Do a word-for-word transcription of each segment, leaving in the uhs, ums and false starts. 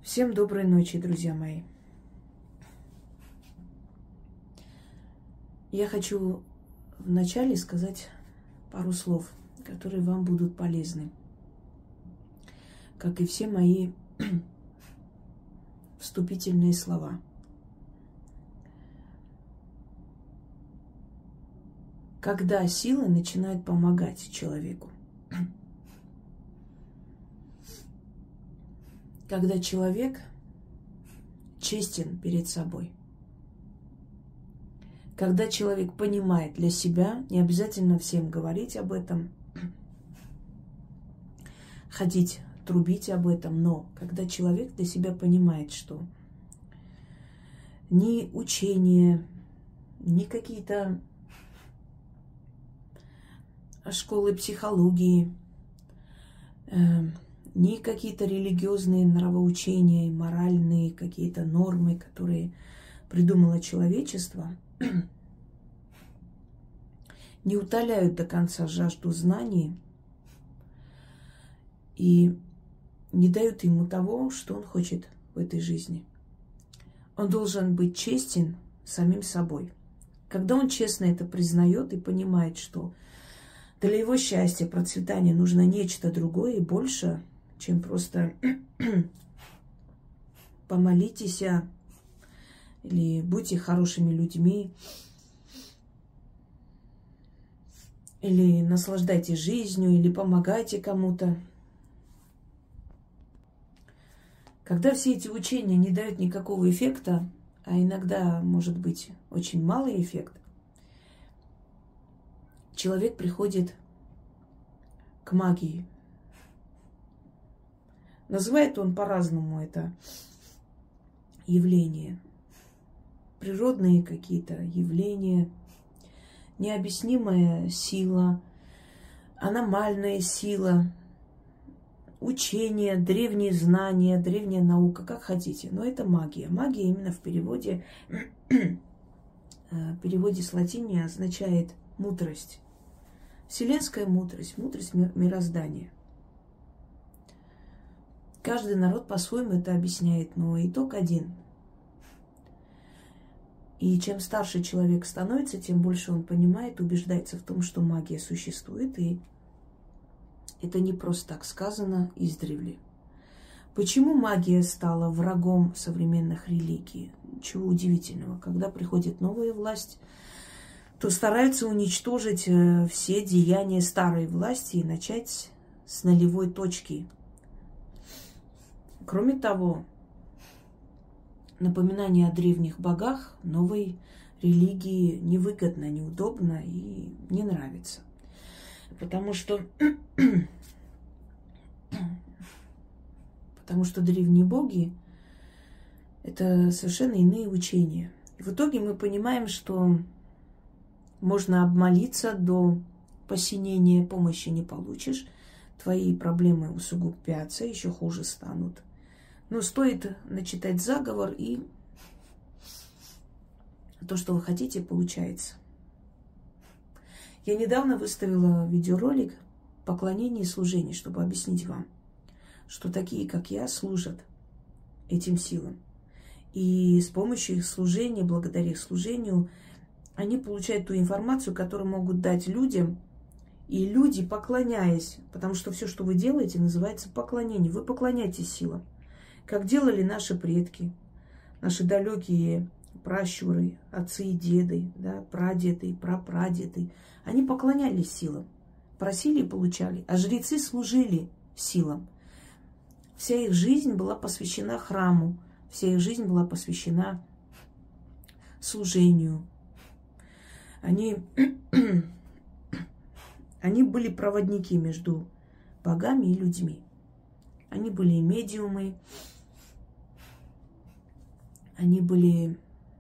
Всем доброй ночи, друзья мои. Я хочу вначале сказать пару слов, которые вам будут полезны, как и все мои вступительные слова. Когда силы начинают помогать человеку, когда человек честен перед собой, когда человек понимает для себя, не обязательно всем говорить об этом, ходить, трубить об этом, но когда человек для себя понимает, что ни учения, ни какие-то школы психологии, э, ни какие-то религиозные нравоучения, моральные какие-то нормы, которые придумало человечество, не утоляют до конца жажду знаний и не дают ему того, что он хочет в этой жизни. Он должен быть честен самим собой. Когда он честно это признает и понимает, что для его счастья, процветания нужно нечто другое и больше, чем просто помолитесь или будьте хорошими людьми, или наслаждайтесь жизнью, или помогайте кому-то. Когда все эти учения не дают никакого эффекта, а иногда может быть очень малый эффект, человек приходит к магии. Называет он по-разному это явление. Природные какие-то явления, необъяснимая сила, аномальная сила, учение, древние знания, древняя наука, как хотите. Но это магия. Магия именно в переводе, переводе с латыни означает мудрость. Вселенская мудрость, мудрость мироздания. Каждый народ по-своему это объясняет, но итог один. И чем старше человек становится, тем больше он понимает, убеждается в том, что магия существует, и это не просто так сказано издревле. Почему магия стала врагом современных религий? Ничего удивительного. Когда приходит новая власть, то стараются уничтожить все деяния старой власти и начать с нулевой точки. Кроме того, напоминание о древних богах новой религии невыгодно, неудобно и не нравится. Потому что, потому что древние боги – это совершенно иные учения. И в итоге мы понимаем, что можно обмолиться до посинения, помощи не получишь, твои проблемы усугубятся, еще хуже станут. Но стоит начитать заговор, и то, что вы хотите, получается. Я недавно выставила видеоролик «Поклонение и служение», чтобы объяснить вам, что такие, как я, служат этим силам. И с помощью их служения, благодаря их служению, они получают ту информацию, которую могут дать людям, и люди, поклоняясь, потому что все, что вы делаете, называется поклонение. Вы поклоняетесь силам. Как делали наши предки, наши далекие пращуры, отцы и деды, да, прадеды, прапрадеды. Они поклонялись силам, просили и получали, а жрецы служили силам. Вся их жизнь была посвящена храму, вся их жизнь была посвящена служению. Они, они были проводники между богами и людьми. Они были и медиумы, они были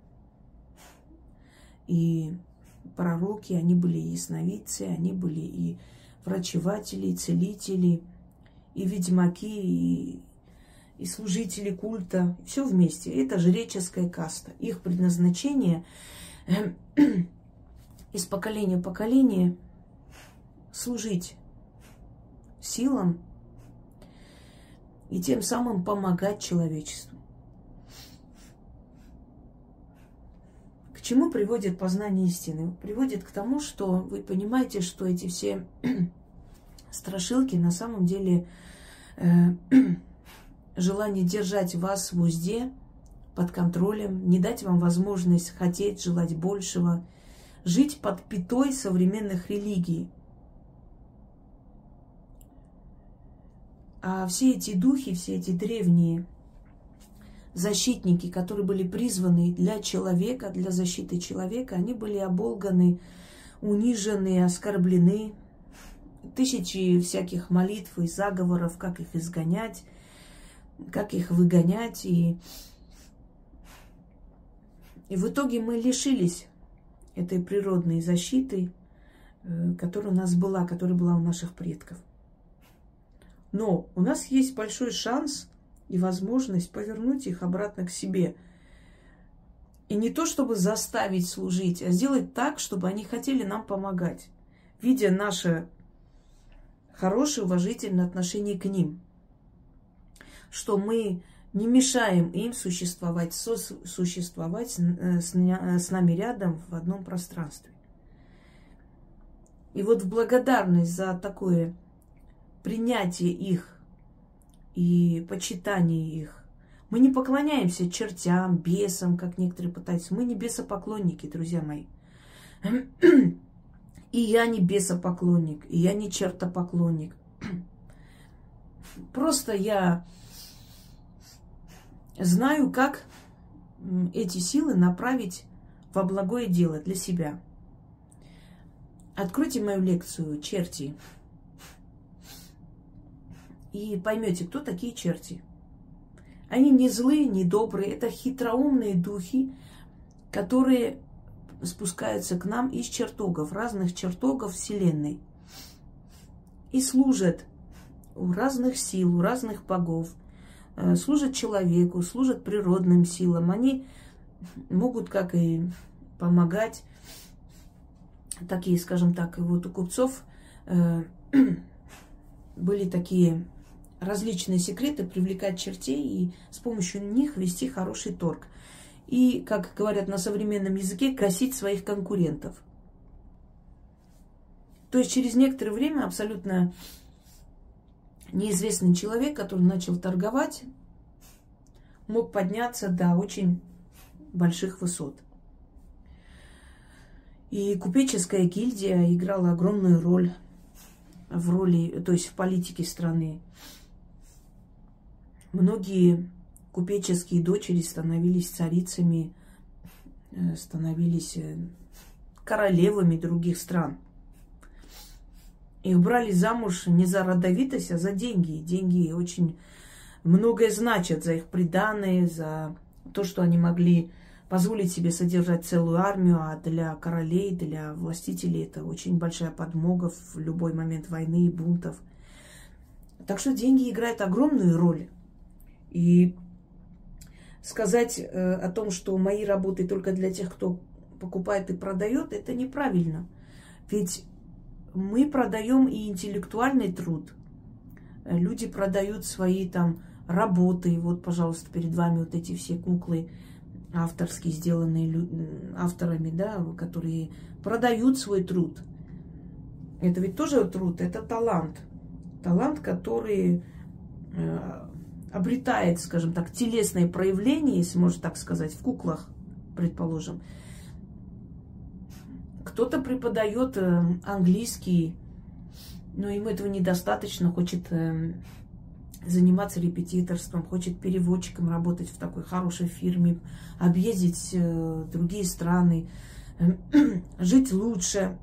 и пророки, они были и ясновидцы, они были и врачеватели, и целители, и ведьмаки, и, и служители культа. Все вместе. Это жреческая каста. Их предназначение из поколения в поколение служить силам и тем самым помогать человечеству. К чему приводит познание истины? Приводит к тому, что вы понимаете, что эти все страшилки на самом деле э, желание держать вас в узде, под контролем, не дать вам возможность хотеть, желать большего, жить под пятой современных религий. А все эти духи, все эти древние защитники, которые были призваны для человека, для защиты человека, они были оболганы, унижены, оскорблены. Тысячи всяких молитв и заговоров, как их изгонять, как их выгонять. И, и в итоге мы лишились этой природной защиты, которая у нас была, которая была у наших предков. Но у нас есть большой шанс и возможность повернуть их обратно к себе. И не то, чтобы заставить служить, а сделать так, чтобы они хотели нам помогать, видя наше хорошее, уважительное отношение к ним. Что мы не мешаем им существовать, сосуществовать с, с нами рядом в одном пространстве. И вот в благодарность за такое принятие их и почитание их, мы не поклоняемся чертям, бесам, как некоторые пытаются. Мы не бесопоклонники, друзья мои. И я не бесопоклонник, и я не чертопоклонник. Просто я знаю, как эти силы направить во благое дело для себя. Откройте мою лекцию «Черти» и поймете, кто такие черти. Они не злые, не добрые, это хитроумные духи, которые спускаются к нам из чертогов, разных чертогов Вселенной. И служат у разных сил, у разных богов. Служат человеку, служат природным силам. Они могут как и помогать. Такие, скажем так, вот у купцов э, были такие различные секреты привлекать чертей и с помощью них вести хороший торг. И, как говорят на современном языке, косить своих конкурентов. То есть через некоторое время абсолютно неизвестный человек, который начал торговать, мог подняться до очень больших высот. И купеческая гильдия играла огромную роль в роли, то есть в политике страны. Многие купеческие дочери становились царицами, становились королевами других стран. Их брали замуж не за родовитость, а за деньги. Деньги очень многое значат за их приданое, за то, что они могли позволить себе содержать целую армию, а для королей, для властителей это очень большая подмога в любой момент войны и бунтов. Так что деньги играют огромную роль. И сказать э, о том, что мои работы только для тех, кто покупает и продает, это неправильно. Ведь мы продаем и интеллектуальный труд. Люди продают свои там работы. Вот, пожалуйста, перед вами вот эти все куклы авторские, сделанные авторами, да, которые продают свой труд. Это ведь тоже труд, это талант. Талант, который э, обретает, скажем так, телесное проявление, если можно так сказать, в куклах, предположим. Кто-то преподает э, английский, но ему этого недостаточно, хочет э, заниматься репетиторством, хочет переводчиком работать в такой хорошей фирме, объездить э, другие страны, э, жить лучше.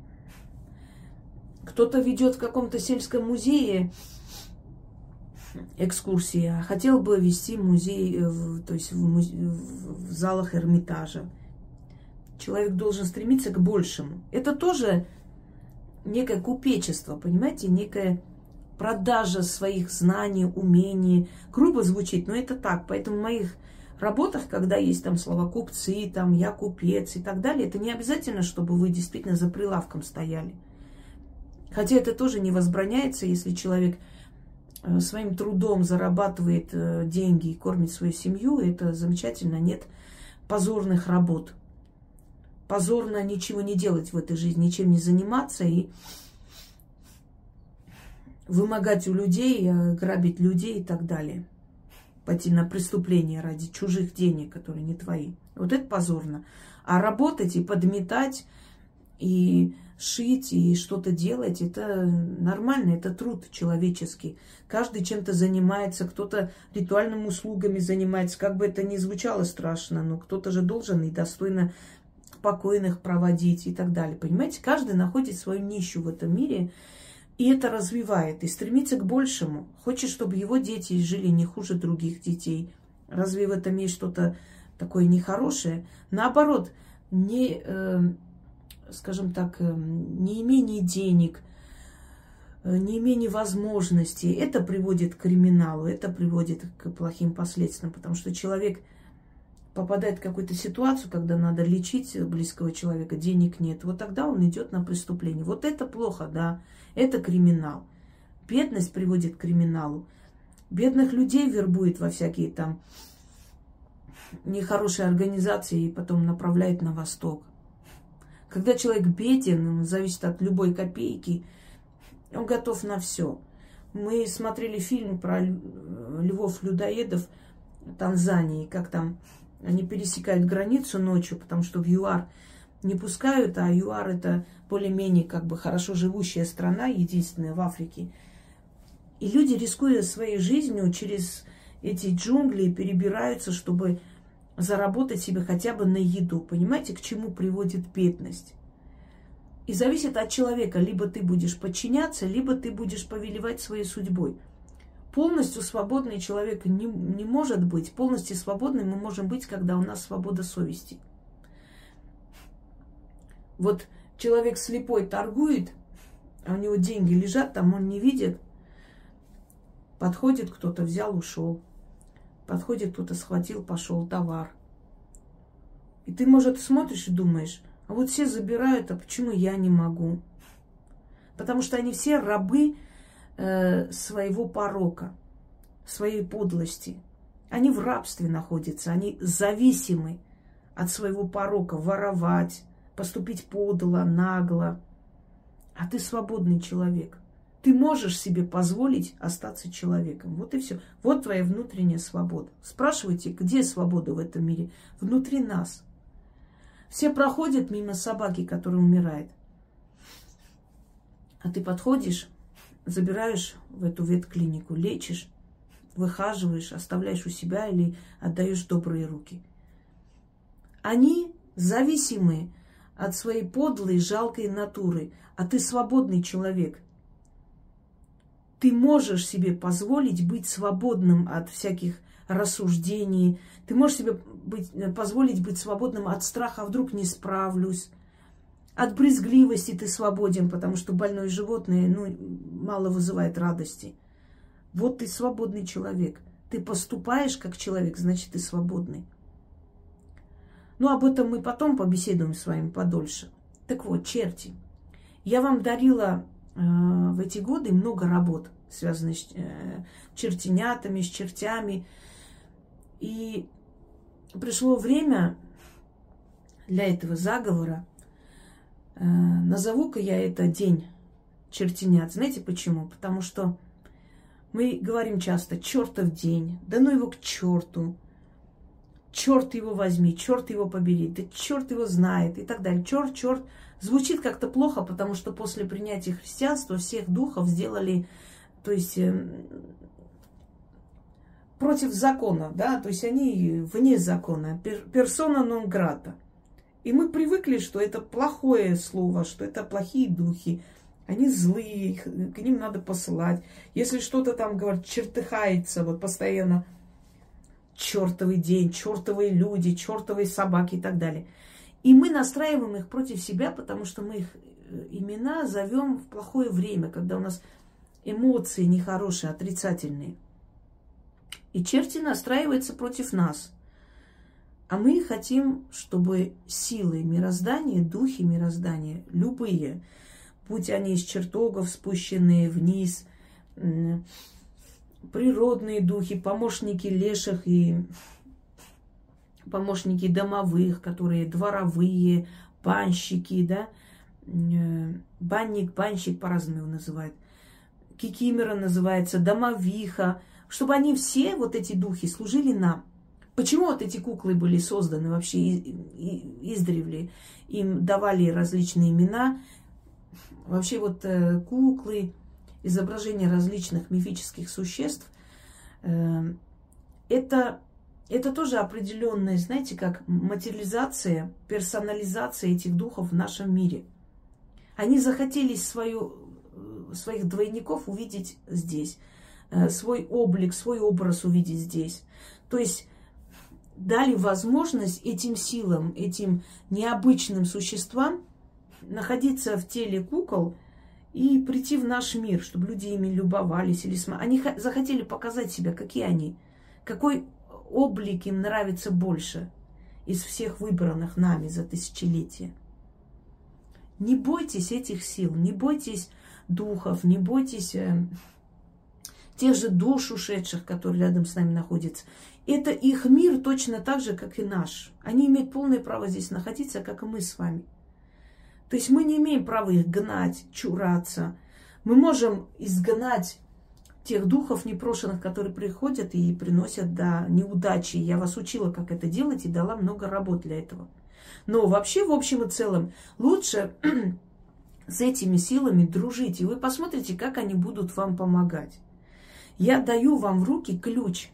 Кто-то ведет в каком-то сельском музее экскурсии, а хотел бы вести музей, в, то есть в, музе, в залах Эрмитажа. Человек должен стремиться к большему. Это тоже некое купечество, понимаете, некая продажа своих знаний, умений. Грубо звучит, но это так. Поэтому в моих работах, когда есть там слова купцы, там я купец и так далее, это не обязательно, чтобы вы действительно за прилавком стояли. Хотя это тоже не возбраняется, если человек своим трудом зарабатывает деньги и кормит свою семью, это замечательно. Нет позорных работ. Позорно ничего не делать в этой жизни, ничем не заниматься и вымогать у людей, грабить людей и так далее. Пойти на преступление ради чужих денег, которые не твои. Вот это позорно. А работать и подметать, и шить, и что-то делать, это нормально, это труд человеческий. Каждый чем-то занимается, кто-то ритуальными услугами занимается. Как бы это ни звучало страшно, но кто-то же должен и достойно покойных проводить и так далее. Понимаете, каждый находит свою нишу в этом мире, и это развивает, и стремится к большему. Хочет, чтобы его дети жили не хуже других детей. Разве в этом есть что-то такое нехорошее? Наоборот, не, э, скажем так, э, неимение денег, э, неимение возможностей, это приводит к криминалу, это приводит к плохим последствиям, потому что человек попадает в какую-то ситуацию, когда надо лечить близкого человека, денег нет, вот тогда он идет на преступление. Вот это плохо, да, это криминал. Бедность приводит к криминалу. Бедных людей вербует во всякие там нехорошие организации и потом направляет на восток. Когда человек беден, он зависит от любой копейки, он готов на все. Мы смотрели фильм про львов-людоедов Танзании, как там они пересекают границу ночью, потому что в ЮАР не пускают, а ЮАР это более-менее как бы хорошо живущая страна, единственная в Африке. И люди, рискуя своей жизнью, через эти джунгли перебираются, чтобы заработать себе хотя бы на еду. Понимаете, к чему приводит бедность? И зависит от человека. Либо ты будешь подчиняться, либо ты будешь повелевать своей судьбой. Полностью свободный человек не, не может быть. Полностью свободным мы можем быть, когда у нас свобода совести. Вот человек слепой торгует, а у него деньги лежат, там он не видит. Подходит кто-то, взял, ушел. Подходит кто-то, схватил, пошел, товар. И ты, может, смотришь и думаешь, а вот все забирают, а почему я не могу? Потому что они все рабы э, своего порока, своей подлости. Они в рабстве находятся, они зависимы от своего порока, воровать, поступить подло, нагло. А ты свободный человек. Ты можешь себе позволить остаться человеком. Вот и все. Вот твоя внутренняя свобода. Спрашивайте, где свобода в этом мире? Внутри нас. Все проходят мимо собаки, которая умирает. А ты подходишь, забираешь в эту ветклинику, лечишь, выхаживаешь, оставляешь у себя или отдаешь в добрые руки. Они зависимы от своей подлой, жалкой натуры. А ты свободный человек. Ты можешь себе позволить быть свободным от всяких рассуждений. Ты можешь себе быть, позволить быть свободным от страха, вдруг не справлюсь. От брезгливости ты свободен, потому что больное животное ну, мало вызывает радости. Вот ты свободный человек. Ты поступаешь как человек, значит, ты свободный. Ну, об этом мы потом побеседуем с вами подольше. Так вот, черти. Я вам дарила э, в эти годы много работ, связанных с э, чертенятами, с чертями. И пришло время для этого заговора. Э, назову-ка я это день чертенят. Знаете почему? Потому что мы говорим часто «чертов день», да ну его к черту. Черт его возьми, черт его побери, да черт его знает и так далее. Черт, черт. Звучит как-то плохо, потому что после принятия христианства всех духов сделали, то есть, э, против закона, да, то есть они вне закона, персона нон грата. И мы привыкли, что это плохое слово, что это плохие духи, они злые, их, к ним надо посылать. Если что-то там, говорят, чертыхается, вот постоянно, чертовый день, чертовые люди, чертовые собаки и так далее. И мы настраиваем их против себя, потому что мы их имена зовем в плохое время, когда у нас эмоции нехорошие, отрицательные. И черти настраиваются против нас. А мы хотим, чтобы силы мироздания, духи мироздания, любые, будь они из чертогов спущенные вниз, природные духи, помощники леших и помощники домовых, которые дворовые, банщики, да, банник, банщик по-разному его называют, кикимора называется, домовиха, чтобы они все, вот эти духи, служили нам. Почему вот эти куклы были созданы вообще издревле? Им давали различные имена. Вообще вот э, куклы, изображения различных мифических существ, э, это, это тоже определенная, знаете, как материализация, персонализация этих духов в нашем мире. Они захотели свою, своих двойников увидеть здесь, э, свой облик, свой образ увидеть здесь. То есть дали возможность этим силам, этим необычным существам находиться в теле кукол и прийти в наш мир, чтобы люди ими любовались. Или см... Они захотели показать себя, какие они, какой облик им нравится больше из всех выбранных нами за тысячелетия. Не бойтесь этих сил, не бойтесь духов, не бойтесь э, тех же душ ушедших, которые рядом с нами находятся. Это их мир точно так же, как и наш. Они имеют полное право здесь находиться, как и мы с вами. То есть мы не имеем права их гнать, чураться. Мы можем изгнать тех духов непрошенных, которые приходят и приносят, да, неудачи. Я вас учила, как это делать, и дала много работ для этого. Но вообще, в общем и целом, лучше с этими силами дружить. И вы посмотрите, как они будут вам помогать. Я даю вам в руки ключ.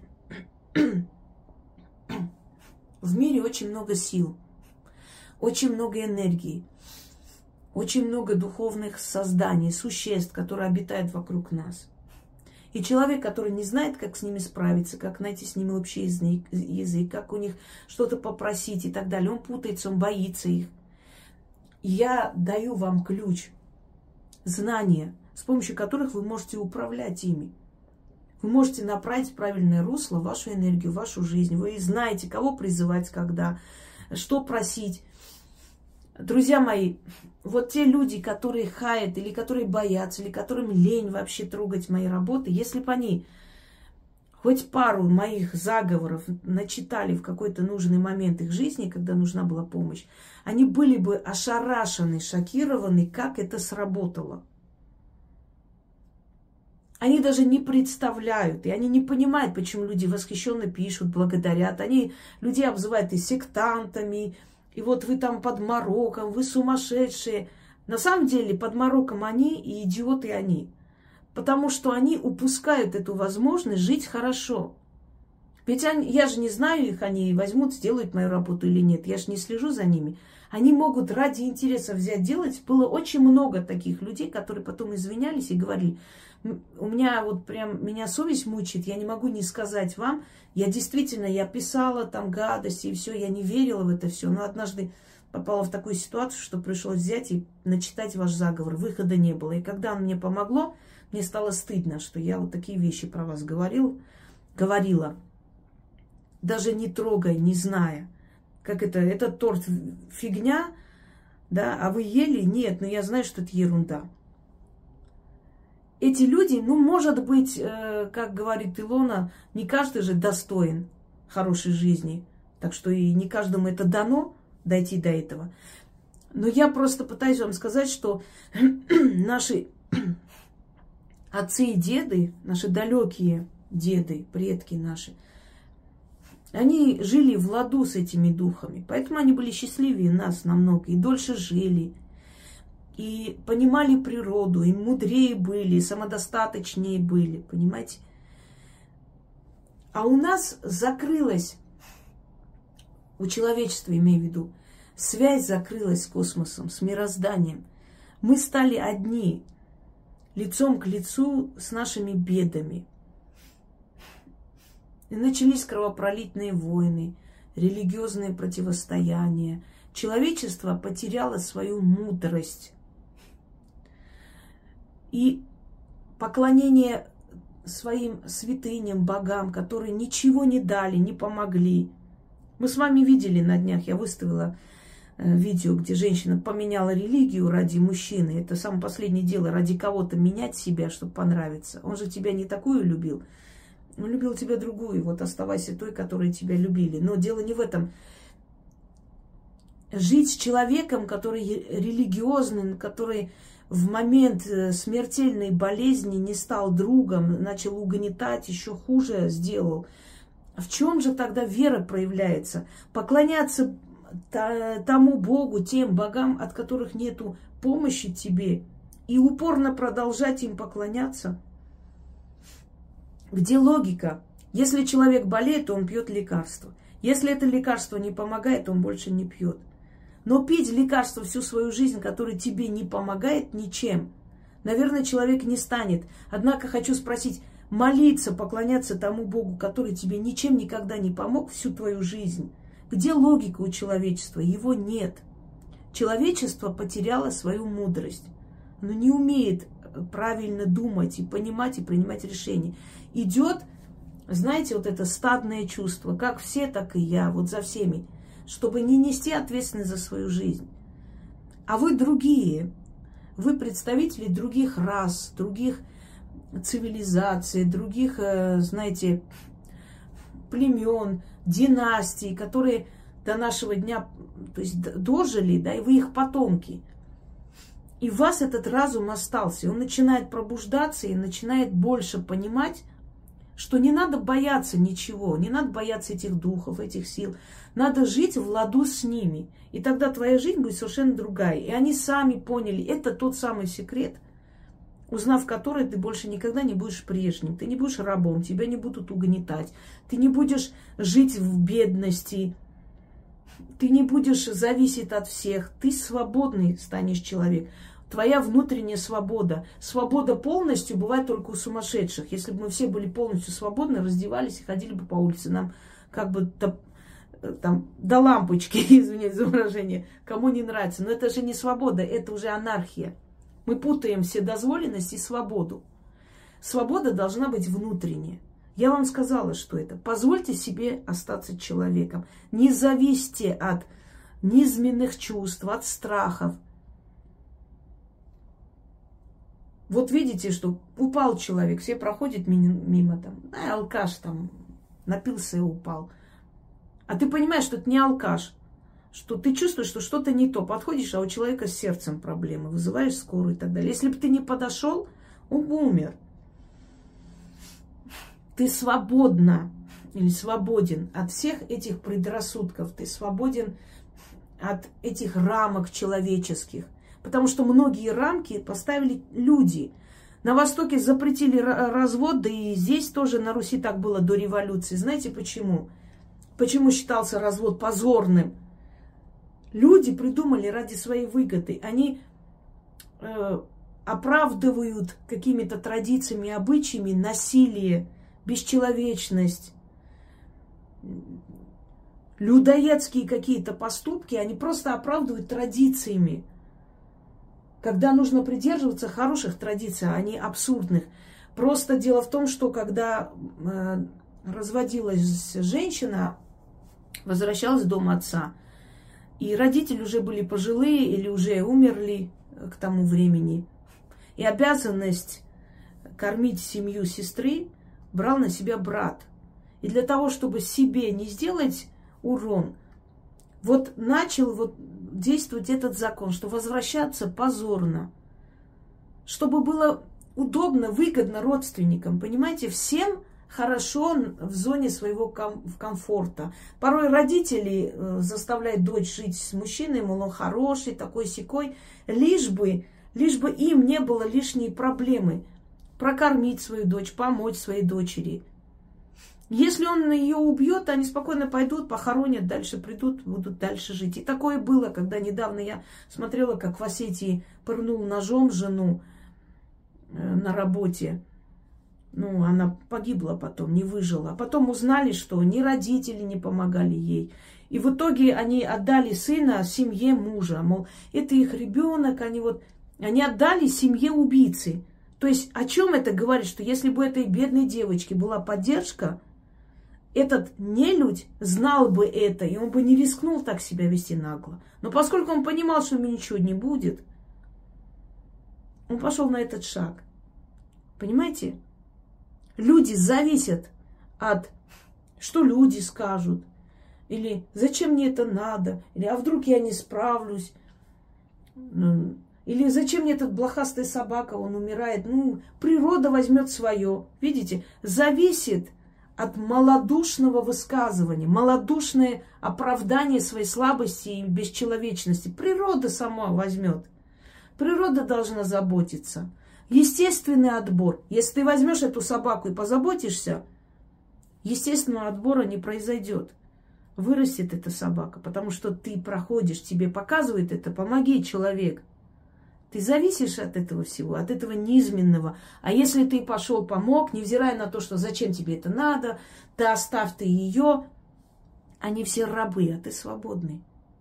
В мире очень много сил, очень много энергии. Очень много духовных созданий, существ, которые обитают вокруг нас. И человек, который не знает, как с ними справиться, как найти с ними общий язык, язык, как у них что-то попросить и так далее, он путается, он боится их. Я даю вам ключ, знания, с помощью которых вы можете управлять ими. Вы можете направить в правильное русло вашу энергию, вашу жизнь. Вы знаете, кого призывать, когда, что просить. Друзья мои, вот те люди, которые хаят, или которые боятся, или которым лень вообще трогать мои работы, если бы они хоть пару моих заговоров начитали в какой-то нужный момент их жизни, когда нужна была помощь, они были бы ошарашены, шокированы, как это сработало. Они даже не представляют, и они не понимают, почему люди восхищенно пишут, благодарят. Они людей обзывают и сектантами, и вот вы там под мороком, вы сумасшедшие. На самом деле под мороком они и идиоты они. Потому что они упускают эту возможность жить хорошо. Ведь они, я же не знаю их, они возьмут, сделают мою работу или нет. Я же не слежу за ними. Они могут ради интереса взять делать. Было очень много таких людей, которые потом извинялись и говорили: у меня вот прям, меня совесть мучает, я не могу не сказать вам. Я действительно, я писала там гадости и все, я не верила в это все. Но однажды попала в такую ситуацию, что пришлось взять и начитать ваш заговор. Выхода не было. И когда оно мне помогло, мне стало стыдно, что я вот такие вещи про вас говорил, говорила. Даже не трогая, не зная. Как это, этот торт фигня, да, а вы ели? Нет, но я знаю, что это ерунда. Эти люди, ну, может быть, э, как говорит Илона, не каждый же достоин хорошей жизни. Так что и не каждому это дано дойти до этого. Но я просто пытаюсь вам сказать, что наши отцы и деды, наши далекие деды, предки наши, они жили в ладу с этими духами. Поэтому они были счастливее нас намного и дольше жили. И понимали природу, и мудрее были, и самодостаточнее были, понимаете? А у нас закрылась, у человечества, имею в виду, связь закрылась с космосом, с мирозданием. Мы стали одни, лицом к лицу с нашими бедами. И начались кровопролитные войны, религиозные противостояния. Человечество потеряло свою мудрость. И поклонение своим святыням, богам, которые ничего не дали, не помогли. Мы с вами видели на днях, я выставила э, видео, где женщина поменяла религию ради мужчины. Это самое последнее дело, ради кого-то менять себя, чтобы понравиться. Он же тебя не такую любил. Он любил тебя другую, вот оставайся той, которой тебя любили. Но дело не в этом. Жить с человеком, который религиозный, который в момент смертельной болезни не стал другом, начал угнетать, еще хуже сделал. В чем же тогда вера проявляется? Поклоняться тому Богу, тем богам, от которых нету помощи тебе, и упорно продолжать им поклоняться? Где логика? Если человек болеет, то он пьет лекарство. Если это лекарство не помогает, он больше не пьет. Но пить лекарство всю свою жизнь, которое тебе не помогает ничем, наверное, человек не станет. Однако хочу спросить, молиться, поклоняться тому Богу, который тебе ничем никогда не помог всю твою жизнь. Где логика у человечества? Его нет. Человечество потеряло свою мудрость. Оно не умеет правильно думать и понимать, и принимать решения. Идет, знаете, вот это стадное чувство, как все, так и я, вот за всеми, чтобы не нести ответственность за свою жизнь. А вы другие, вы представители других рас, других цивилизаций, других, знаете, племен, династий, которые до нашего дня, то есть дожили, да, и вы их потомки. И в вас этот разум остался. Он начинает пробуждаться и начинает больше понимать, что не надо бояться ничего, не надо бояться этих духов, этих сил. Надо жить в ладу с ними. И тогда твоя жизнь будет совершенно другая. И они сами поняли, это тот самый секрет, узнав который, ты больше никогда не будешь прежним. Ты не будешь рабом, тебя не будут угнетать. Ты не будешь жить в бедности. Ты не будешь зависеть от всех. Ты свободный станешь человек. Твоя внутренняя свобода. Свобода полностью бывает только у сумасшедших. Если бы мы все были полностью свободны, раздевались и ходили бы по улице, нам как бы до, там, до лампочки, извиняюсь за выражение, кому не нравится. Но это же не свобода, это уже анархия. Мы путаем вседозволенность и свободу. Свобода должна быть внутренняя. Я вам сказала, что это. Позвольте себе остаться человеком. Не зависьте от низменных чувств, от страхов. Вот видите, что упал человек, все проходят мимо, там, а, алкаш там, напился и упал. А ты понимаешь, что это не алкаш, что ты чувствуешь, что что-то не то. Подходишь, а у человека с сердцем проблемы, вызываешь скорую и так далее. Если бы ты не подошел, он бы умер. Ты свободна или свободен от всех этих предрассудков. Ты свободен от этих рамок человеческих. Потому что многие рамки поставили люди. На Востоке запретили развод, да и здесь тоже на Руси так было до революции. Знаете почему? Почему считался развод позорным? Люди придумали ради своей выгоды. Они э, оправдывают какими-то традициями, обычаями насилие, бесчеловечность, людоедские какие-то поступки. Они просто оправдывают традициями. Когда нужно придерживаться хороших традиций, а не абсурдных. Просто дело в том, что когда э, разводилась женщина, возвращалась в дом отца, и родители уже были пожилые или уже умерли к тому времени, и обязанность кормить семью сестры брал на себя брат. И для того, чтобы себе не сделать урон, вот начал вот действовать этот закон, что возвращаться позорно, чтобы было удобно, выгодно родственникам. Понимаете, всем хорошо в зоне своего ком- комфорта. Порой родители э, заставляют дочь жить с мужчиной, мол, он хороший, такой-сякой, лишь бы, лишь бы им не было лишней проблемы прокормить свою дочь, помочь своей дочери. Если он ее убьет, они спокойно пойдут, похоронят, дальше придут, будут дальше жить. И такое было, когда недавно я смотрела, как в Осетии пырнул ножом жену э, на работе. Ну, она погибла потом, не выжила. А потом узнали, что ни родители не помогали ей. И в итоге они отдали сына семье мужа. Мол, это их ребенок, они вот... Они отдали семье убийцы. То есть о чем это говорит? Что если бы у этой бедной девочки была поддержка, этот нелюдь знал бы это, и он бы не рискнул так себя вести нагло. Но поскольку он понимал, что ему ничего не будет, он пошел на этот шаг. Понимаете? Люди зависят от что люди скажут, или зачем мне это надо, или а вдруг я не справлюсь, или зачем мне этот блохастая собака, он умирает. Ну, природа возьмет свое. Видите, зависит от малодушного высказывания, малодушное оправдание своей слабости и бесчеловечности. Природа сама возьмет. Природа должна заботиться. Естественный отбор. Если ты возьмешь эту собаку и позаботишься, естественного отбора не произойдет. Вырастет эта собака, потому что ты проходишь, тебе показывает это, помоги, человек. Ты зависишь от этого всего, от этого низменного. А если ты пошел, помог, невзирая на то, что зачем тебе это надо, ты оставь ты ее, они все рабы, а ты свободный.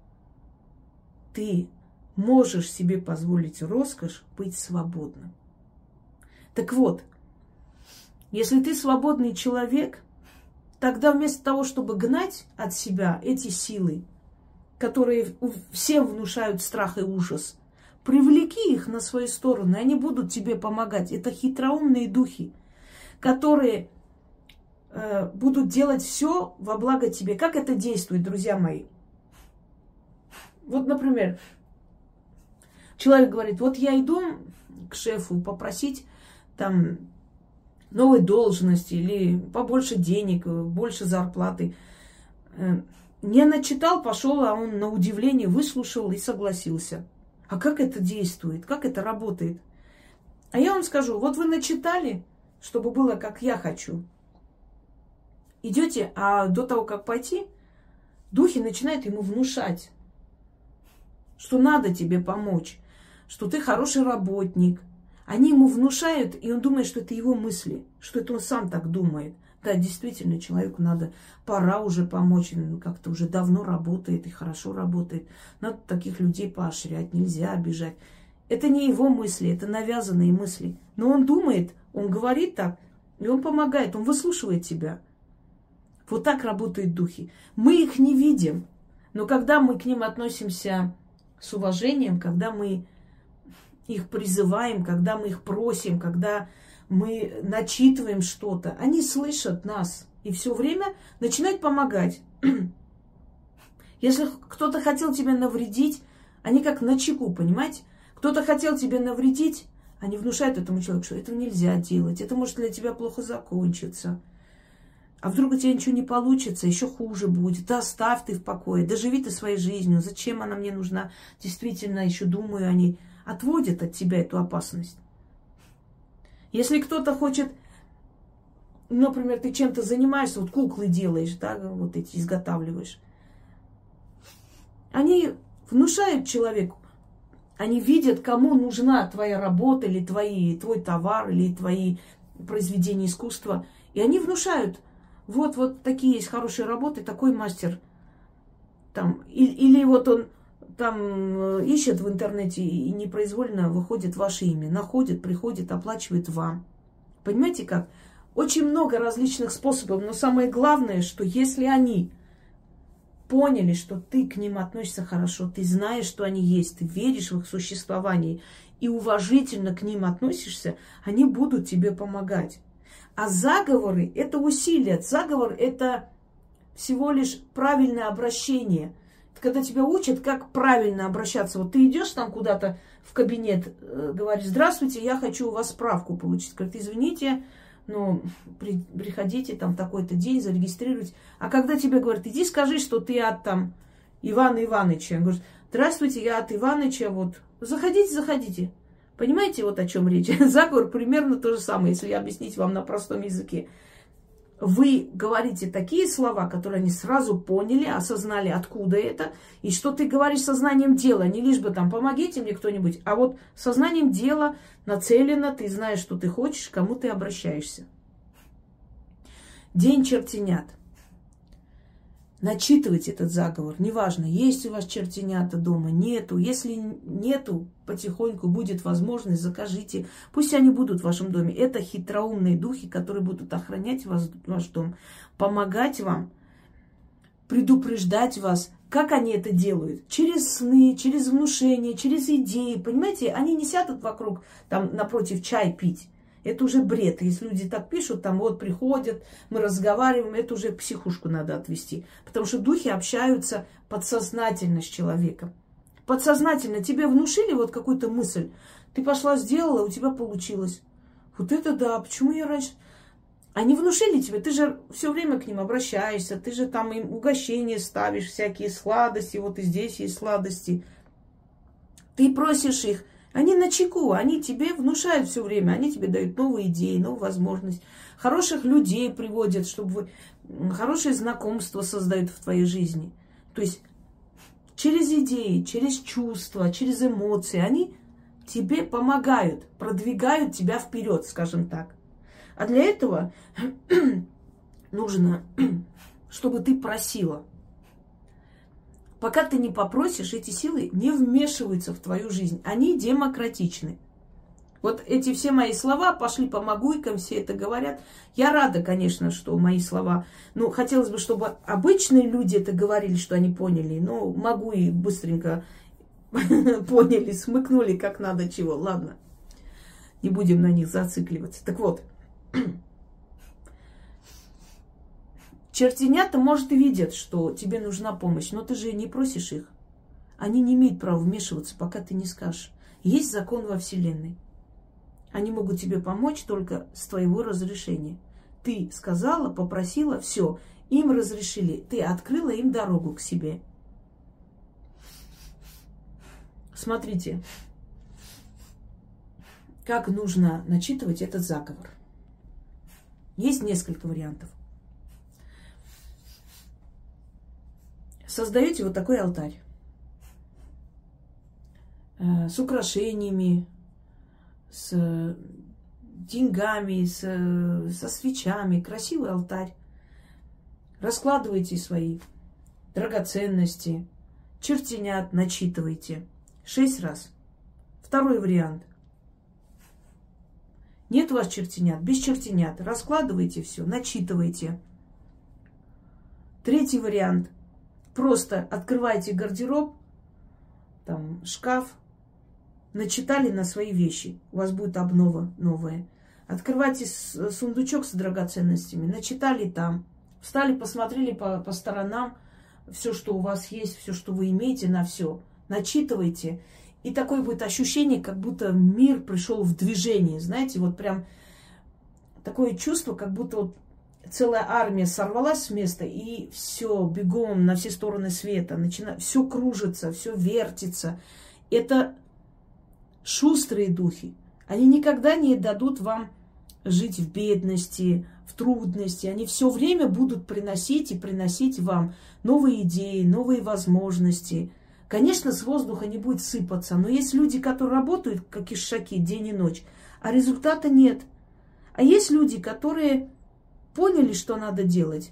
Ты можешь себе позволить роскошь быть свободным. Так вот, если ты свободный человек, тогда вместо того, чтобы гнать от себя эти силы, которые всем внушают страх и ужас, привлеки их на свою сторону, и они будут тебе помогать. Это хитроумные духи, которые э, будут делать все во благо тебе. Как это действует, друзья мои? Вот, например, человек говорит, вот я иду к шефу попросить там новой должности или побольше денег, больше зарплаты. Не начитал, пошел, а он на удивление выслушал и согласился. А как это действует? Как это работает? А я вам скажу, вот вы начитали, чтобы было, как я хочу. Идете, а до того, как пойти, духи начинают ему внушать, что надо тебе помочь, что ты хороший работник. Они ему внушают, и он думает, что это его мысли, что это он сам так думает. Да, действительно, человеку надо, пора уже помочь, он как-то уже давно работает и хорошо работает. Надо таких людей поощрять, нельзя обижать. Это не его мысли, это навязанные мысли. Но он думает, он говорит так, и он помогает, он выслушивает тебя. Вот так работают духи. Мы их не видим, но когда мы к ним относимся с уважением, когда мы их призываем, когда мы их просим, когда мы начитываем что-то, они слышат нас и все время начинают помогать. Если кто-то хотел тебе навредить, они как на чеку, понимаете? Кто-то хотел тебе навредить, они внушают этому человеку, что этого нельзя делать, это может для тебя плохо закончиться. А вдруг у тебя ничего не получится, еще хуже будет. Да оставь ты в покое, да живи ты своей жизнью. Зачем она мне нужна? Действительно, еще думаю, они отводят от тебя эту опасность. Если кто-то хочет, например, ты чем-то занимаешься, вот куклы делаешь, да, вот эти изготавливаешь, они внушают человеку, они видят, кому нужна твоя работа или твои, твой товар, или твои произведения искусства, и они внушают, вот, вот такие есть хорошие работы, такой мастер, там, или, или вот он там ищет в интернете и непроизвольно выходит ваше имя. Находит, приходит, оплачивает вам. Понимаете как? Очень много различных способов. Но самое главное, что если они поняли, что ты к ним относишься хорошо, ты знаешь, что они есть, ты веришь в их существование и уважительно к ним относишься, они будут тебе помогать. А заговоры – это усилия. Заговор – это всего лишь правильное обращение. Когда тебя учат, как правильно обращаться. Вот ты идешь там куда-то в кабинет, э, говоришь, здравствуйте, я хочу у вас справку получить. Говорит, извините, ну, при, приходите там такой-то день, зарегистрируйте. А когда тебе говорят, иди скажи, что ты от там Ивана Ивановича. Говорит, здравствуйте, я от Иваныча, вот, заходите, заходите. Понимаете, вот о чем речь? Заговор примерно то же самое, если объяснить вам на простом языке. Вы говорите такие слова, которые они сразу поняли, осознали, откуда это, и что ты говоришь сознанием дела, не лишь бы там помогите мне кто-нибудь, а вот сознанием дела нацелено, ты знаешь, что ты хочешь, к кому ты обращаешься. День чертенят. Начитывайте этот заговор. Неважно, есть у вас чертенята дома, нету. Если нету, потихоньку будет возможность, закажите. Пусть они будут в вашем доме. Это хитроумные духи, которые будут охранять вас, ваш дом, помогать вам, предупреждать вас. Как они это делают? Через сны, через внушение, через идеи. Понимаете, они не сядут вокруг, там, напротив чай пить. Это уже бред. Если люди так пишут, там вот приходят, мы разговариваем, это уже в психушку надо отвести. Потому что духи общаются подсознательно с человеком. Подсознательно тебе внушили вот какую-то мысль. Ты пошла, сделала, у тебя получилось. Вот это да, почему я раньше... Они внушили тебе, ты же все время к ним обращаешься, ты же там им угощения ставишь, всякие сладости, вот и здесь есть сладости. Ты просишь их, они начеку, они тебе внушают все время, они тебе дают новые идеи, новую возможность. Хороших людей приводят, чтобы вы... Хорошие знакомства создают в твоей жизни. То есть через идеи, через чувства, через эмоции они тебе помогают, продвигают тебя вперед, скажем так. А для этого нужно, чтобы ты просила. Пока ты не попросишь, эти силы не вмешиваются в твою жизнь. Они демократичны. Вот эти все мои слова, пошли по могуйкам, все это говорят. Я рада, конечно, что мои слова... Ну, хотелось бы, чтобы обычные люди это говорили, что они поняли. Но могуи быстренько поняли, смыкнули, как надо чего. Ладно, не будем на них зацикливаться. Так вот. Чертенята, может, и видят, что тебе нужна помощь, но ты же не просишь их. Они не имеют права вмешиваться, пока ты не скажешь. Есть закон во Вселенной. Они могут тебе помочь только с твоего разрешения. Ты сказала, попросила, все, им разрешили. Ты открыла им дорогу к себе. Смотрите, как нужно начитывать этот заговор. Есть несколько вариантов. Создаете вот такой алтарь э, с украшениями, с деньгами, с, со свечами. Красивый алтарь. Раскладывайте свои драгоценности, чертенят начитывайте. Шесть раз. Второй вариант. Нет у вас чертенят, без чертенят. Раскладывайте все, начитывайте. Третий вариант. Просто открывайте гардероб, там, шкаф, начитали на свои вещи. У вас будет обнова новая. Открывайте сундучок с драгоценностями, начитали там. Встали, посмотрели по, по сторонам, все, что у вас есть, все, что вы имеете, на все. Начитывайте. И такое будет ощущение, как будто мир пришел в движение. Знаете, вот прям такое чувство, как будто вот целая армия сорвалась с места, и все, бегом на все стороны света. Начина... Все кружится, все вертится. Это шустрые духи. Они никогда не дадут вам жить в бедности, в трудности. Они все время будут приносить и приносить вам новые идеи, новые возможности. Конечно, с воздуха не будет сыпаться, но есть люди, которые работают, как ишаки, день и ночь, а результата нет. А есть люди, которые поняли, что надо делать,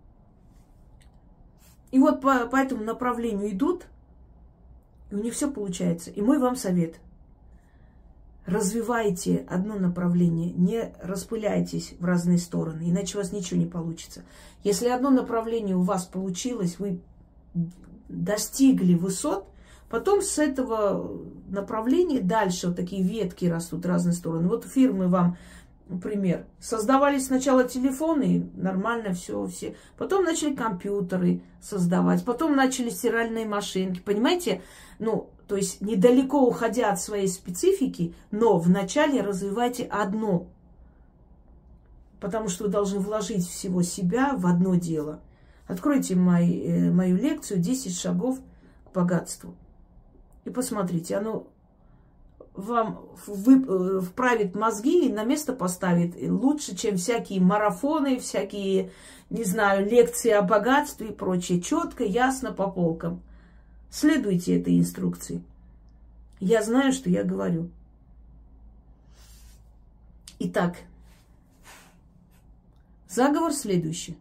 и вот по, по этому направлению идут, и у них все получается. И мой вам совет. Развивайте одно направление, не распыляйтесь в разные стороны, иначе у вас ничего не получится. Если одно направление у вас получилось, вы достигли высот, потом с этого направления дальше вот такие ветки растут в разные стороны. Вот фирмы вам, например, создавали сначала телефоны, нормально все, все. Потом начали компьютеры создавать, потом начали стиральные машинки. Понимаете? Ну, то есть недалеко уходя от своей специфики, но вначале развивайте одно. Потому что вы должны вложить всего себя в одно дело. Откройте мой, э, мою лекцию «десять шагов к богатству». И посмотрите, оно вам вы, вправит мозги и на место поставит лучше, чем всякие марафоны, всякие, не знаю, лекции о богатстве и прочее. Четко, ясно, по полкам. Следуйте этой инструкции. Я знаю, что я говорю. Итак, заговор следующий.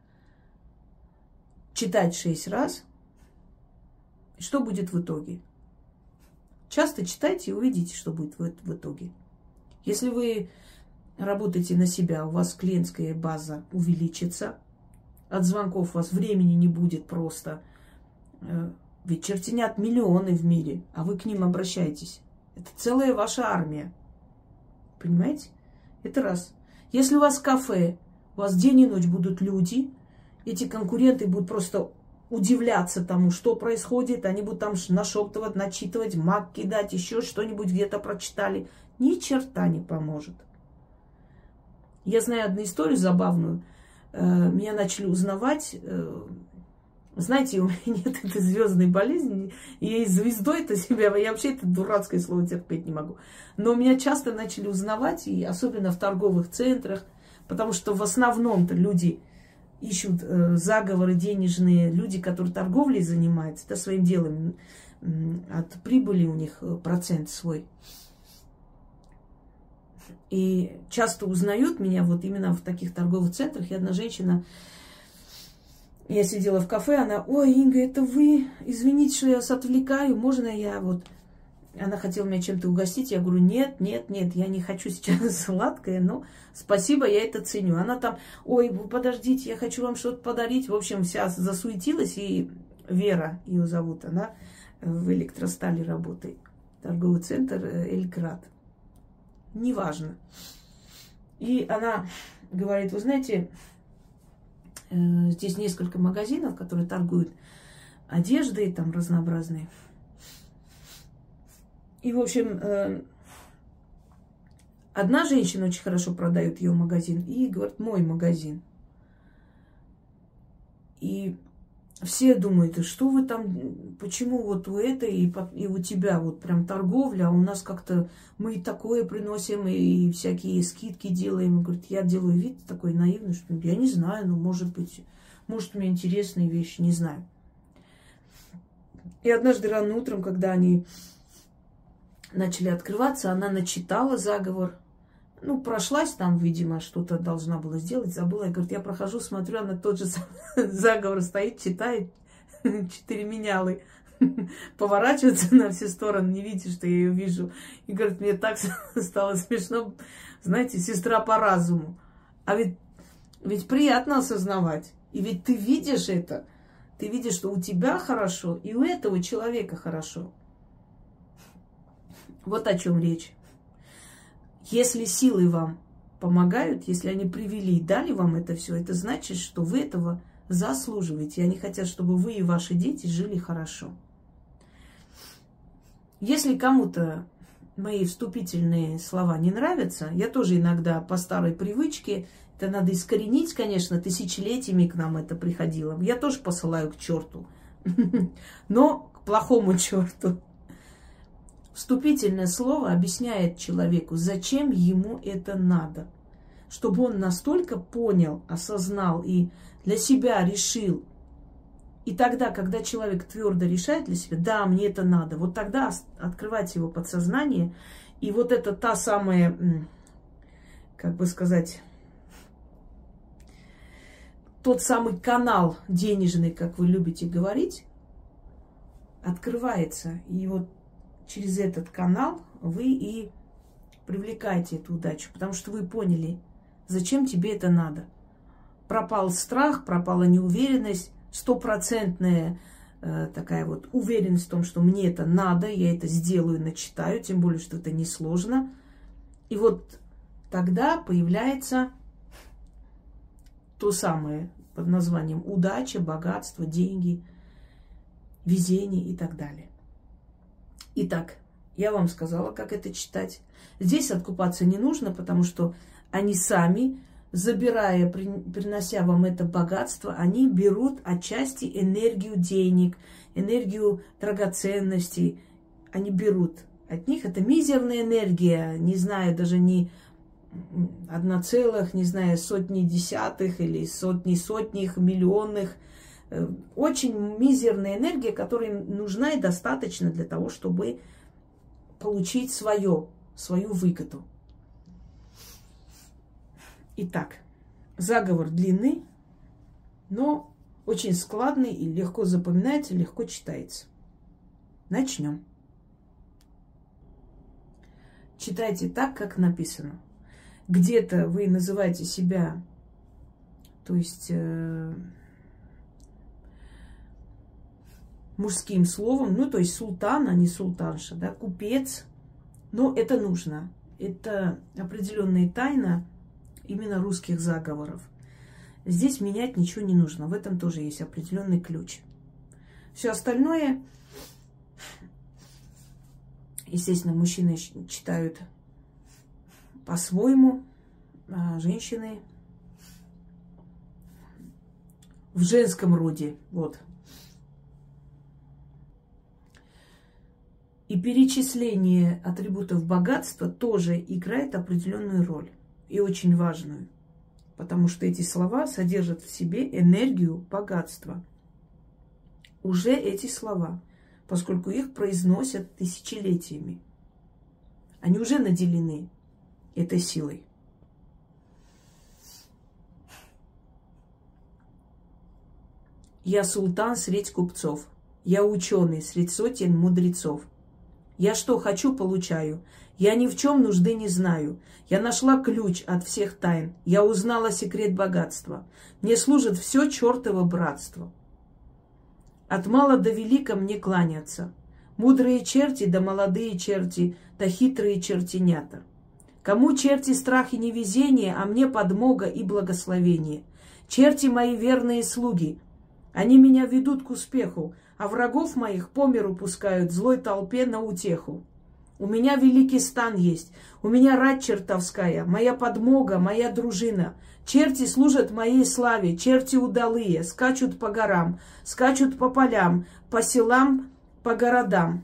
Читать шесть раз. Что будет в итоге? Часто читайте и увидите, что будет в, в итоге. Если вы работаете на себя, у вас клиентская база увеличится, от звонков у вас времени не будет просто. Ведь чертенят миллионы в мире, а вы к ним обращаетесь. Это целая ваша армия. Понимаете? Это раз. Если у вас кафе, у вас день и ночь будут люди, эти конкуренты будут просто удивляться тому, что происходит, они будут там нашептывать, начитывать, маг кидать, еще что-нибудь где-то прочитали. Ни черта не поможет. Я знаю одну историю забавную. Меня начали узнавать. Знаете, у меня нет этой звездной болезни. Я и звездой-то себя, я вообще это дурацкое слово терпеть не могу. Но меня часто начали узнавать, и особенно в торговых центрах, потому что в основном-то люди ищут э, заговоры денежные, люди, которые торговлей занимаются, да, своим делом, э, от прибыли у них процент свой. И часто узнают меня вот именно в таких торговых центрах. И одна женщина, я сидела в кафе, она: ой, Инга, это вы? Извините, что я вас отвлекаю, можно я вот... Она хотела меня чем-то угостить, я говорю: нет, нет, нет, я не хочу сейчас сладкое, но спасибо, я это ценю. Она там: ой, подождите, я хочу вам что-то подарить. В общем, вся засуетилась, и Вера ее зовут, она в электростале работает, торговый центр Эльград. Неважно. И она говорит: вы знаете, здесь несколько магазинов, которые торгуют одеждой, там разнообразные. И, в общем, одна женщина очень хорошо продает ее магазин, и говорит: мой магазин. И все думают: что вы там, почему вот у этой и, и у тебя вот прям торговля, а у нас как-то мы и такое приносим, и всякие скидки делаем. И говорит: я делаю вид такой наивный, что я не знаю, ну, может быть, может, у меня интересные вещи, не знаю. И однажды рано утром, когда они начали открываться, она начитала заговор. Ну, прошлась там, видимо, что-то должна была сделать, забыла. И говорит: я прохожу, смотрю, она тот же заговор стоит, читает, четыре менялы. Поворачивается на все стороны, не видит, что я ее вижу. И говорит: мне так стало смешно. Знаете, сестра по разуму. А ведь, ведь приятно осознавать. И ведь ты видишь это. Ты видишь, что у тебя хорошо, и у этого человека хорошо. Вот о чем речь. Если силы вам помогают, если они привели и дали вам это все, это значит, что вы этого заслуживаете. И они хотят, чтобы вы и ваши дети жили хорошо. Если кому-то мои вступительные слова не нравятся, я тоже иногда по старой привычке, это надо искоренить, конечно, тысячелетиями к нам это приходило. Я тоже посылаю к черту, но к плохому черту. Вступительное слово объясняет человеку, зачем ему это надо. Чтобы он настолько понял, осознал и для себя решил. И тогда, когда человек твердо решает для себя: да, мне это надо, вот тогда открывать его подсознание. И вот это та самая, как бы сказать, тот самый канал денежный, как вы любите говорить, открывается. И вот через этот канал вы и привлекаете эту удачу, потому что вы поняли, зачем тебе это надо. Пропал страх, пропала неуверенность, стопроцентная э, такая вот уверенность в том, что мне это надо, я это сделаю, начитаю, тем более, что это несложно. И вот тогда появляется то самое под названием удача, богатство, деньги, везение и так далее. Итак, я вам сказала, как это читать. Здесь откупаться не нужно, потому что они сами, забирая, принося вам это богатство, они берут отчасти энергию денег, энергию драгоценностей. Они берут от них. Это мизерная энергия, не знаю, даже не одна целых, не знаю, сотни десятых или сотни сотних, миллионных. Очень мизерная энергия, которая нужна и достаточно для того, чтобы получить свое, свою выгоду. Итак, заговор длинный, но очень складный и легко запоминается, легко читается. Начнем. Читайте так, как написано. Где-то вы называете себя, то есть э, мужским словом, ну, то есть султан, а не султанша, да, купец. Но это нужно. Это определенная тайна именно русских заговоров. Здесь менять ничего не нужно. В этом тоже есть определенный ключ. Все остальное, естественно, мужчины читают по-своему, а женщины в женском роде. Вот. И перечисление атрибутов богатства тоже играет определенную роль. И очень важную. Потому что эти слова содержат в себе энергию богатства. Уже эти слова, поскольку их произносят тысячелетиями. Они уже наделены этой силой. Я султан средь купцов. Я ученый средь сотен мудрецов. Я что хочу, получаю. Я ни в чем нужды не знаю. Я нашла ключ от всех тайн. Я узнала секрет богатства. Мне служит все чертово братство. От мала до велика мне кланятся. Мудрые черти да молодые черти, да хитрые чертенята. Кому черти страх и невезение, а мне подмога и благословение. Черти мои верные слуги. Они меня ведут к успеху, а врагов моих по миру пускают злой толпе на утеху. У меня великий стан есть, у меня рать чертовская, моя подмога, моя дружина. Черти служат моей славе, черти удалые, скачут по горам, скачут по полям, по селам, по городам.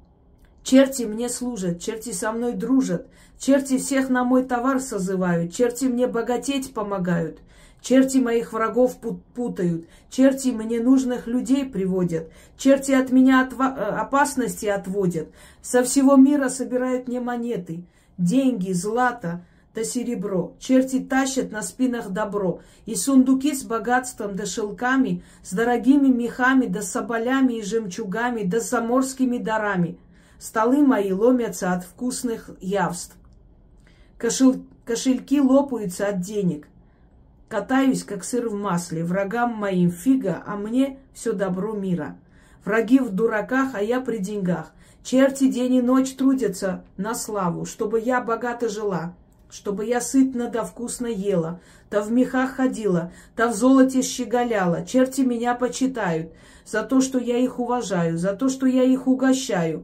Черти мне служат, черти со мной дружат, черти всех на мой товар созывают, черти мне богатеть помогают. Черти моих врагов путают, черти мне нужных людей приводят, черти от меня опасности отводят, со всего мира собирают мне монеты, деньги, злато да серебро. Черти тащат на спинах добро, и сундуки с богатством да шелками, с дорогими мехами да соболями и жемчугами да заморскими дарами. Столы мои ломятся от вкусных явств, Кошель... кошельки лопаются от денег. Катаюсь, как сыр в масле, врагам моим фига, а мне все добро мира. Враги в дураках, а я при деньгах. Черти день и ночь трудятся на славу, чтобы я богато жила, чтобы я сытно да вкусно ела, да в мехах ходила, да в золоте щеголяла. Черти меня почитают за то, что я их уважаю, за то, что я их угощаю.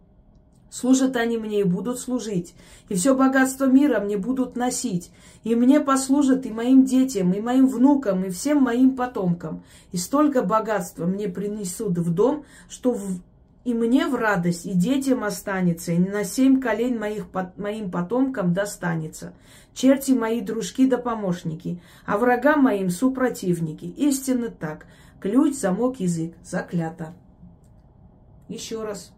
Служат они мне и будут служить, и все богатство мира мне будут носить, и мне послужат и моим детям, и моим внукам, и всем моим потомкам. И столько богатства мне принесут в дом, что в... и мне в радость, и детям останется, и на семь колен моих, моим потомкам достанется. Черти мои дружки да помощники, а врагам моим супротивники. Истинно так. Ключ, замок, язык. Заклято. Еще раз.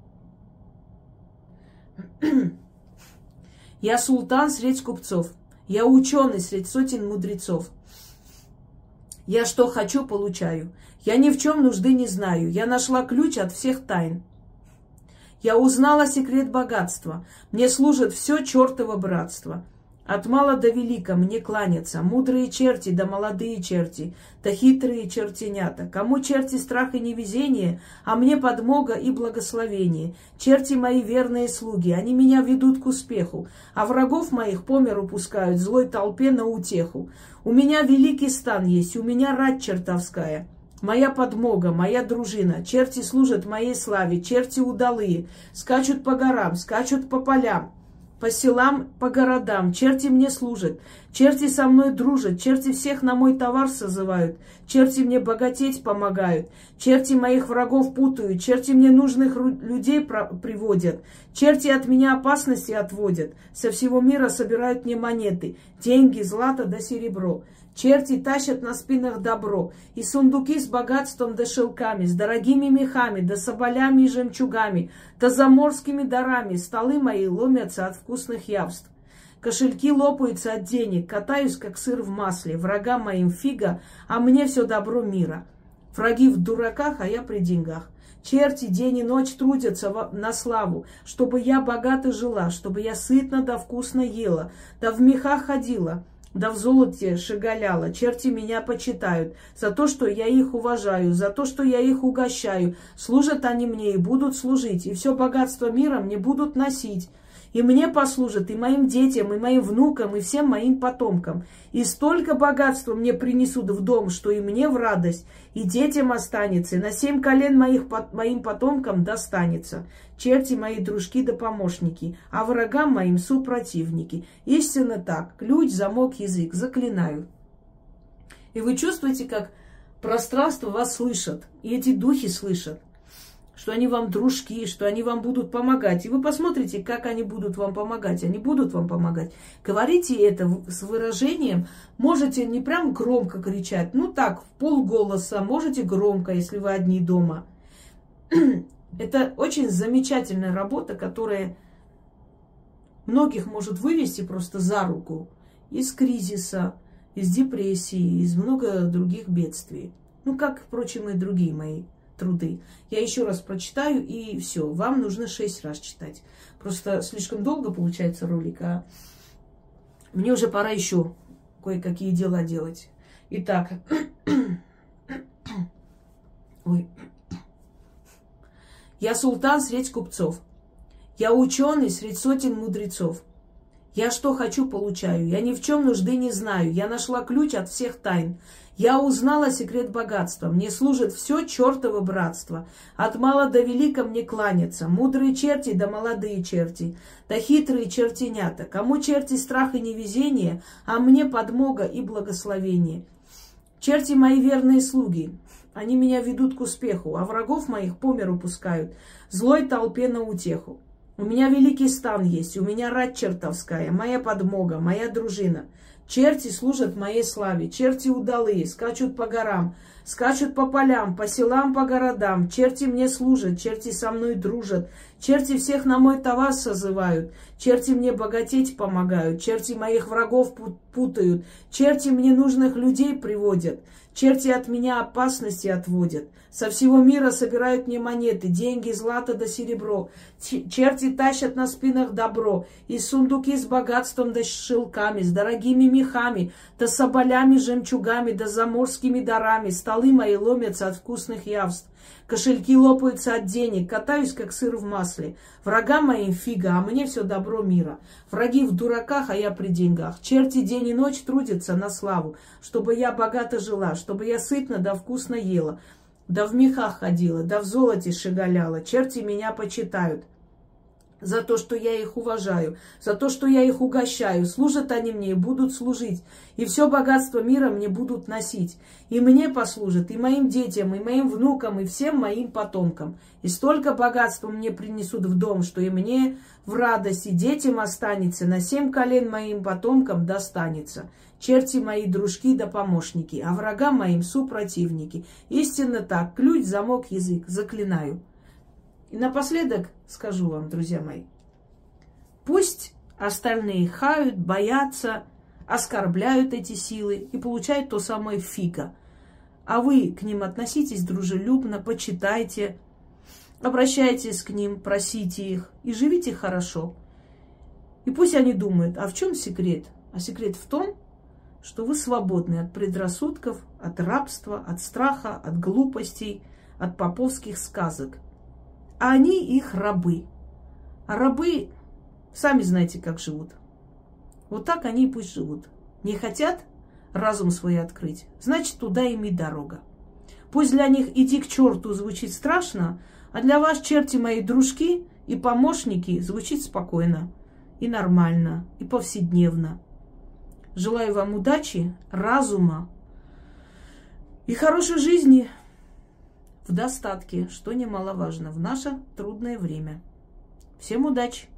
Я султан средь купцов, я ученый средь сотен мудрецов. Я что хочу, получаю. Я ни в чем нужды не знаю. Я нашла ключ от всех тайн. Я узнала секрет богатства. Мне служит все чертово братство. От мала до велика мне кланятся мудрые черти да молодые черти, да хитрые чертенята. Кому черти страх и невезение, а мне подмога и благословение. Черти мои верные слуги, они меня ведут к успеху, а врагов моих по миру пускают злой толпе на утеху. У меня великий стан есть, у меня рать чертовская. Моя подмога, моя дружина, черти служат моей славе, черти удалые, скачут по горам, скачут по полям, по селам, по городам. Черти мне служат, черти со мной дружат, черти всех на мой товар созывают, черти мне богатеть помогают, черти моих врагов путают, черти мне нужных людей приводят, черти от меня опасности отводят, со всего мира собирают мне монеты, деньги, злато да серебро. Черти тащат на спинах добро, и сундуки с богатством да шелками, с дорогими мехами, да соболями и жемчугами, да заморскими дарами. Столы мои ломятся от вкусных явств. Кошельки лопаются от денег, катаюсь, как сыр в масле. Врагам моим фига, а мне все добро мира. Враги в дураках, а я при деньгах. Черти день и ночь трудятся на славу, чтобы я богато жила, чтобы я сытно да вкусно ела, да в мехах ходила, да в золоте шеголяла. Черти меня почитают за то, что я их уважаю, за то, что я их угощаю. Служат они мне и будут служить, и все богатство мира мне будут носить. И мне послужат, и моим детям, и моим внукам, и всем моим потомкам. И столько богатства мне принесут в дом, что и мне в радость, и детям останется, и на семь колен моих, моим потомкам достанется. Черти мои дружки да помощники, а врагам моим супротивники. Истинно так, ключ, замок, язык, заклинаю. И вы чувствуете, как пространство вас слышит, и эти духи слышат, что они вам дружки, что они вам будут помогать. И вы посмотрите, как они будут вам помогать. Они будут вам помогать. Говорите это с выражением. Можете не прям громко кричать, ну так, в полголоса. Можете громко, если вы одни дома. Это очень замечательная работа, которая многих может вывести просто за руку из кризиса, из депрессии, из много других бедствий. Ну, как, впрочем, и другие мои труды. Я еще раз прочитаю, и все. Вам нужно шесть раз читать. Просто слишком долго получается ролик, а мне уже пора еще кое-какие дела делать. Итак. Ой. Я султан средь купцов. Я ученый средь сотен мудрецов. Я что хочу, получаю. Я ни в чем нужды не знаю. Я нашла ключ от всех тайн. Я узнала секрет богатства. Мне служит все чертово братство. От мала до велика мне кланяться. Мудрые черти да молодые черти. Да хитрые чертенята. Кому черти страх и невезение, а мне подмога и благословение. Черти мои верные слуги. Они меня ведут к успеху, а врагов моих по миру пускают. Злой толпе на утеху. У меня великий стан есть, у меня рать чертовская, моя подмога, моя дружина. Черти служат моей славе, черти удалые, скачут по горам, скачут по полям, по селам, по городам. Черти мне служат, черти со мной дружат, черти всех на мой товар созывают, черти мне богатеть помогают, черти моих врагов путают, черти мне нужных людей приводят, черти от меня опасности отводят. Со всего мира собирают мне монеты, деньги, злато да серебро. Черти тащат на спинах добро, и сундуки с богатством да с шелками, с дорогими мехами, да с соболями, жемчугами, да с заморскими дарами. Столы мои ломятся от вкусных явств, кошельки лопаются от денег, катаюсь, как сыр в масле. Врагам моим фига, а мне все добро мира. Враги в дураках, а я при деньгах. Черти день и ночь трудятся на славу, чтобы я богато жила, чтобы я сытно да вкусно ела, да в мехах ходила, да в золоте шигаляла. Черти меня почитают за то, что я их уважаю, за то, что я их угощаю. Служат они мне и будут служить. И все богатство мира мне будут носить. И мне послужат, и моим детям, и моим внукам, и всем моим потомкам. И столько богатства мне принесут в дом, что и мне в радости детям останется, на семь колен моим потомкам достанется. Черти мои дружки да помощники, а врагам моим супротивники. Истинно так, ключ, замок, язык, заклинаю. И напоследок скажу вам, друзья мои, пусть остальные хают, боятся, оскорбляют эти силы и получают то самое фига. А вы к ним относитесь дружелюбно, почитайте, обращайтесь к ним, просите их и живите хорошо. И пусть они думают, а в чем секрет? А секрет в том, что вы свободны от предрассудков, от рабства, от страха, от глупостей, от поповских сказок. А они их рабы. А рабы, сами знаете, как живут. Вот так они и пусть живут. Не хотят разум свой открыть, значит, туда им и дорога. Пусть для них идти к черту звучит страшно, а для вас, черти мои дружки и помощники, звучит спокойно и нормально, и повседневно. Желаю вам удачи, разума и хорошей жизни в достатке, что немаловажно в наше трудное время. Всем удачи!